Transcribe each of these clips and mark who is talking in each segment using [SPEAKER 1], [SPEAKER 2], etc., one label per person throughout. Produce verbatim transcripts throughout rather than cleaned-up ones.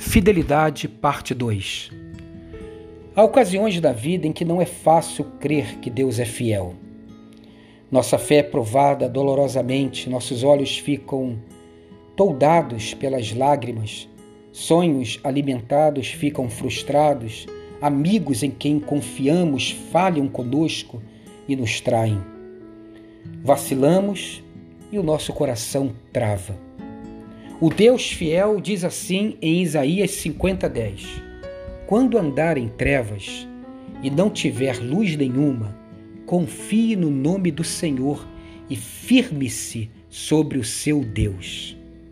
[SPEAKER 1] Fidelidade, parte dois. Há ocasiões da vida em que não é fácil crer que Deus é fiel. Nossa fé é provada dolorosamente, nossos olhos ficam toldados pelas lágrimas, sonhos alimentados ficam frustrados, amigos em quem confiamos falham conosco e nos traem. Vacilamos e o nosso coração trava. O Deus fiel diz assim em Isaías cinquenta, dez: quando andar em trevas e não tiver luz nenhuma, confie no nome do Senhor e firme-se sobre o seu Deus.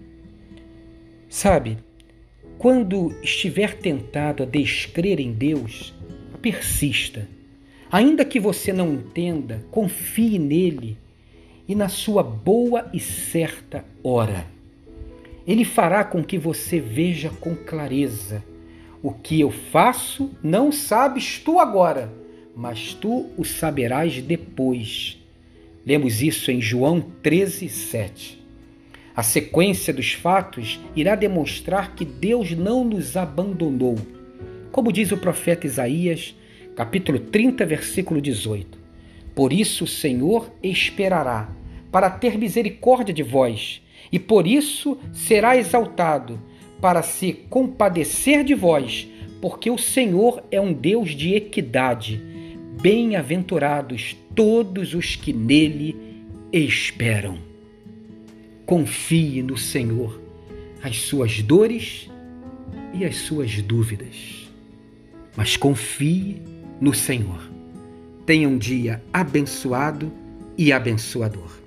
[SPEAKER 1] Sabe, quando estiver tentado a descrer em Deus, persista. Ainda que você não entenda, confie nele e na sua boa e certa hora. Ele fará com que você veja com clareza: o que eu faço não sabes tu agora, mas tu o saberás depois. Lemos isso em João treze, sete. A sequência dos fatos irá demonstrar que Deus não nos abandonou. Como diz o profeta Isaías, capítulo trinta, versículo dezoito. Por isso o Senhor esperará, para ter misericórdia de vós, e por isso será exaltado, para se compadecer de vós, porque o Senhor é um Deus de equidade. Bem-aventurados todos os que nele esperam. Confie no Senhor as suas dores e as suas dúvidas, mas confie no Senhor. Tenha um dia abençoado e abençoador.